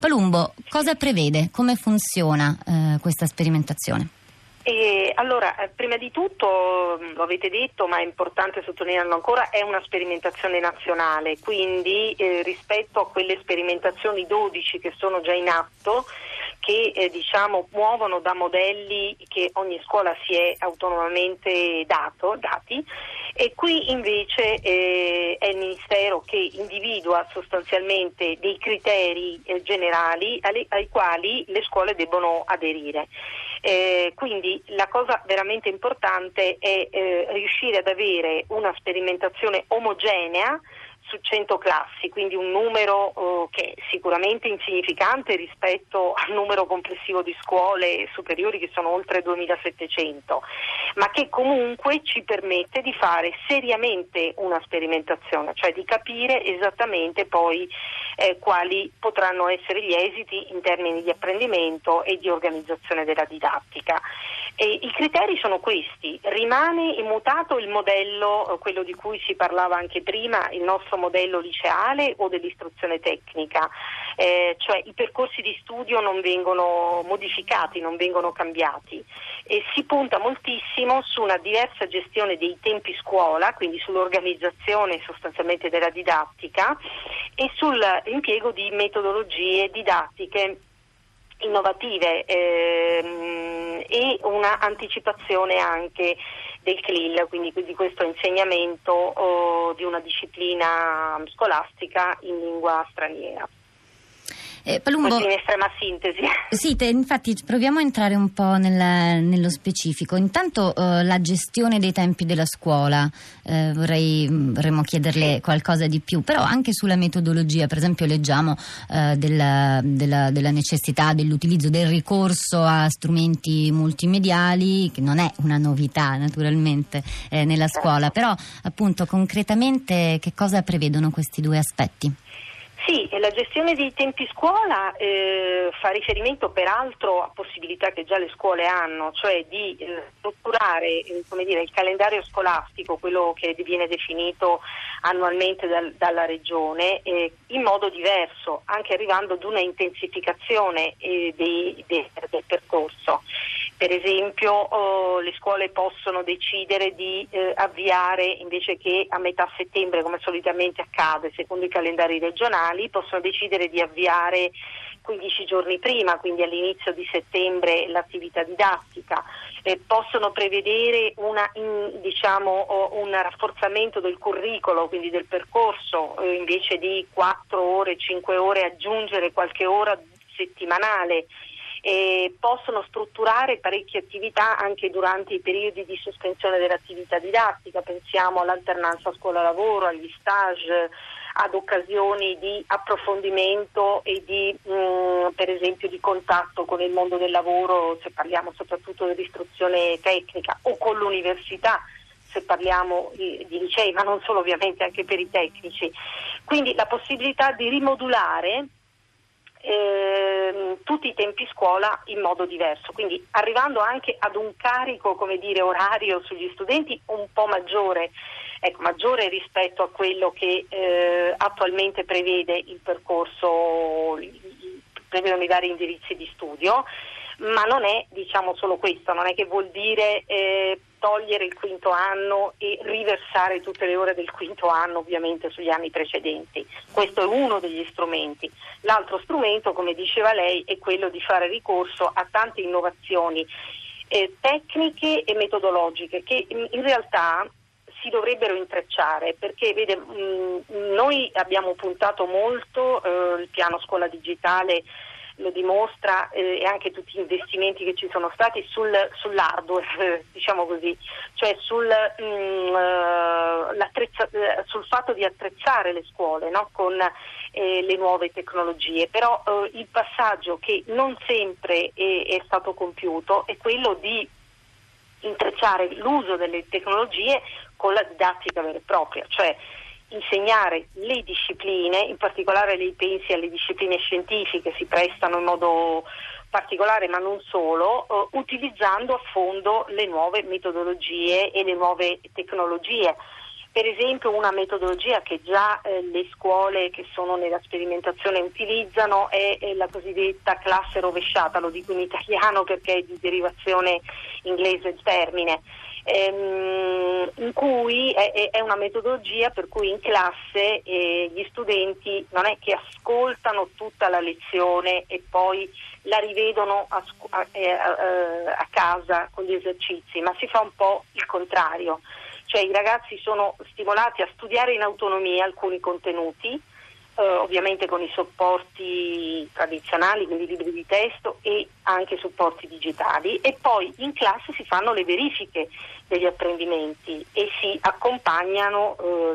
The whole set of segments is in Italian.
Palumbo, cosa prevede? Come funziona questa sperimentazione? Allora, prima di tutto, lo avete detto, ma è importante sottolinearlo ancora, è una sperimentazione nazionale, quindi rispetto a quelle sperimentazioni 12 che sono già in atto, che muovono da modelli che ogni scuola si è autonomamente dati, e qui invece è il Ministero che individua sostanzialmente dei criteri generali ai quali le scuole debbono aderire. Quindi la cosa veramente importante è riuscire ad avere una sperimentazione omogenea su 100 classi, quindi un numero che è sicuramente insignificante rispetto al numero complessivo di scuole superiori che sono oltre 2700, ma che comunque ci permette di fare seriamente una sperimentazione, cioè di capire esattamente poi quali potranno essere gli esiti in termini di apprendimento e di organizzazione della didattica. I criteri sono questi: rimane immutato il modello, quello di cui si parlava anche prima, il nostro modello liceale o dell'istruzione tecnica, cioè i percorsi di studio non vengono modificati, non vengono cambiati, e si punta moltissimo su una diversa gestione dei tempi scuola, quindi sull'organizzazione sostanzialmente della didattica e sull'impiego di metodologie didattiche innovative e una anticipazione anche del CLIL, quindi di questo insegnamento di una disciplina scolastica in lingua straniera. Palumbo, così in estrema sintesi. Sì, infatti proviamo a entrare un po' nello specifico. Intanto la gestione dei tempi della scuola, vorremmo chiederle qualcosa di più, però anche sulla metodologia. Per esempio leggiamo della necessità dell'utilizzo del ricorso a strumenti multimediali, che non è una novità naturalmente nella scuola, però appunto concretamente che cosa prevedono questi due aspetti? Sì, la gestione dei tempi scuola fa riferimento peraltro a possibilità che già le scuole hanno, cioè di strutturare il calendario scolastico, quello che viene definito annualmente dalla Regione, in modo diverso, anche arrivando ad una intensificazione del percorso. Per esempio le scuole possono decidere di avviare, invece che a metà settembre come solitamente accade secondo i calendari regionali, possono decidere di avviare 15 giorni prima, quindi all'inizio di settembre, l'attività didattica. Possono prevedere un rafforzamento del curricolo, quindi del percorso, invece di 4 ore, 5 ore, aggiungere qualche ora settimanale. Possono strutturare parecchie attività anche durante i periodi di sospensione dell'attività didattica, pensiamo all'alternanza scuola-lavoro, agli stage, ad occasioni di approfondimento e di per esempio di contatto con il mondo del lavoro, se parliamo soprattutto dell'istruzione tecnica, o con l'università se parliamo di licei, ma non solo, ovviamente anche per i tecnici. Quindi la possibilità di rimodulare tutti i tempi scuola in modo diverso, quindi arrivando anche ad un carico, orario sugli studenti un po' maggiore rispetto a quello che attualmente prevede il percorso, prevedono i vari indirizzi di studio, ma non è solo questo, non è che vuol dire togliere il quinto anno e riversare tutte le ore del quinto anno ovviamente sugli anni precedenti. Questo è uno degli strumenti. L'altro strumento, come diceva lei, è quello di fare ricorso a tante innovazioni tecniche e metodologiche che in realtà si dovrebbero intrecciare, perché noi abbiamo puntato molto, il piano scuola digitale lo dimostra, e anche tutti gli investimenti che ci sono stati sull'hardware, cioè sul fatto di attrezzare le scuole, no? Con le nuove tecnologie, però il passaggio che non sempre è stato compiuto è quello di intrecciare l'uso delle tecnologie con la didattica vera e propria, cioè insegnare le discipline, in particolare lei pensi alle discipline scientifiche, si prestano in modo particolare ma non solo, utilizzando a fondo le nuove metodologie e le nuove tecnologie. Per esempio una metodologia che già le scuole che sono nella sperimentazione utilizzano è la cosiddetta classe rovesciata, lo dico in italiano perché è di derivazione inglese il termine, in cui è una metodologia per cui in classe gli studenti non è che ascoltano tutta la lezione e poi la rivedono a casa con gli esercizi, ma si fa un po' il contrario. Cioè i ragazzi sono stimolati a studiare in autonomia alcuni contenuti, ovviamente con i supporti tradizionali, quindi libri di testo e anche supporti digitali, e poi in classe si fanno le verifiche degli apprendimenti e si accompagnano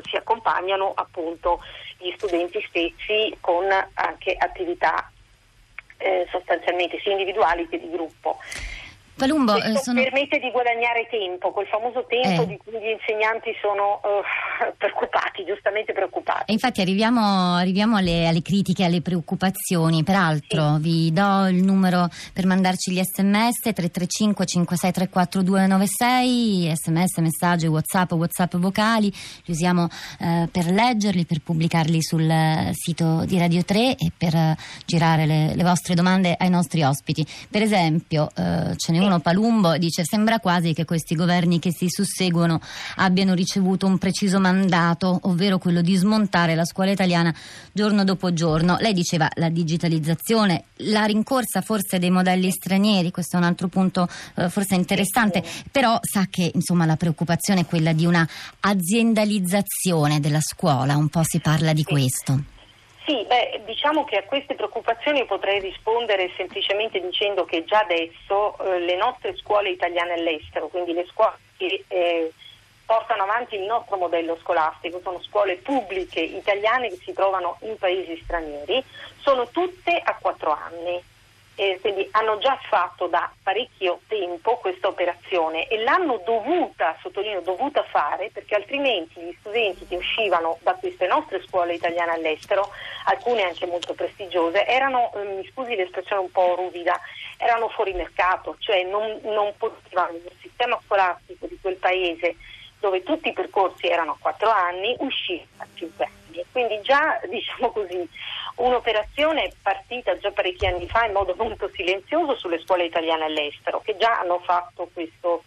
appunto gli studenti stessi con anche attività sostanzialmente sia individuali che di gruppo. Palumbo, permette di guadagnare tempo, quel famoso tempo di cui gli insegnanti sono preoccupati, giustamente preoccupati. E infatti arriviamo alle critiche, alle preoccupazioni. Peraltro vi do il numero per mandarci gli sms: 335 5634 296, sms, messaggi, WhatsApp vocali. Li usiamo per leggerli, per pubblicarli sul sito di Radio 3 e per girare le vostre domande ai nostri ospiti. Per esempio ce n'è uno, Palumbo, dice: sembra quasi che questi governi che si susseguono abbiano ricevuto un preciso mandato, ovvero quello di smontare la scuola italiana giorno dopo giorno. Lei diceva la digitalizzazione, la rincorsa forse dei modelli stranieri, questo è un altro punto forse interessante, però sa che insomma la preoccupazione è quella di una aziendalizzazione della scuola, un po' si parla di questo. Sì, diciamo che a queste preoccupazioni potrei rispondere semplicemente dicendo che già adesso le nostre scuole italiane all'estero, quindi le scuole che portano avanti il nostro modello scolastico, sono scuole pubbliche italiane che si trovano in paesi stranieri, sono tutte a 4 anni. Quindi hanno già fatto da parecchio tempo questa operazione e l'hanno dovuta fare, perché altrimenti gli studenti che uscivano da queste nostre scuole italiane all'estero, alcune anche molto prestigiose, erano, mi scusi l'espressione un po' ruvida, erano fuori mercato, cioè non potevano nel sistema scolastico di quel paese, dove tutti i percorsi erano a 4 anni, uscire a 5 anni. Quindi già, diciamo così, un'operazione partita già parecchi anni fa in modo molto silenzioso sulle scuole italiane all'estero, che già hanno fatto questo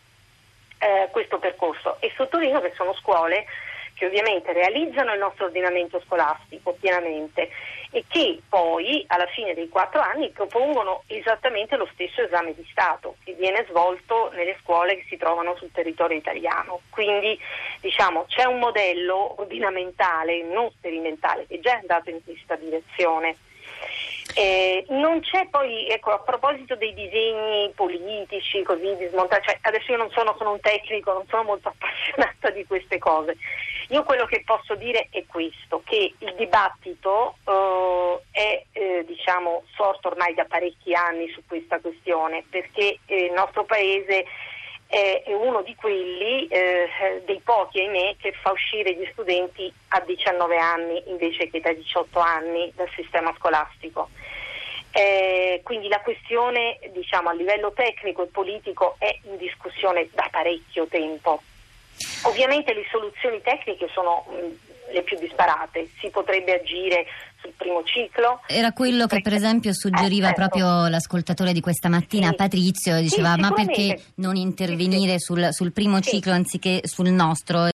percorso, e sottolineo che sono scuole che ovviamente realizzano il nostro ordinamento scolastico pienamente e che poi alla fine dei 4 anni propongono esattamente lo stesso esame di Stato che viene svolto nelle scuole che si trovano sul territorio italiano. Quindi diciamo c'è un modello ordinamentale, non sperimentale, che già è andato in questa direzione. Non c'è poi, ecco, a proposito dei disegni politici così di smontare, cioè adesso io non sono un tecnico, non sono molto appassionata di queste cose. Io quello che posso dire è questo, che il dibattito è diciamo sorto ormai da parecchi anni su questa questione, perché il nostro paese è uno di quelli dei pochi, ahimè, che fa uscire gli studenti a 19 anni invece che da 18 anni dal sistema scolastico. Quindi la questione, diciamo, a livello tecnico e politico è in discussione da parecchio tempo. Ovviamente le soluzioni tecniche sono le più disparate, si potrebbe agire sul primo ciclo. Era quello che per esempio suggeriva proprio l'ascoltatore di questa mattina, sì. Patrizio, diceva ma perché non intervenire sul primo ciclo anziché sul nostro?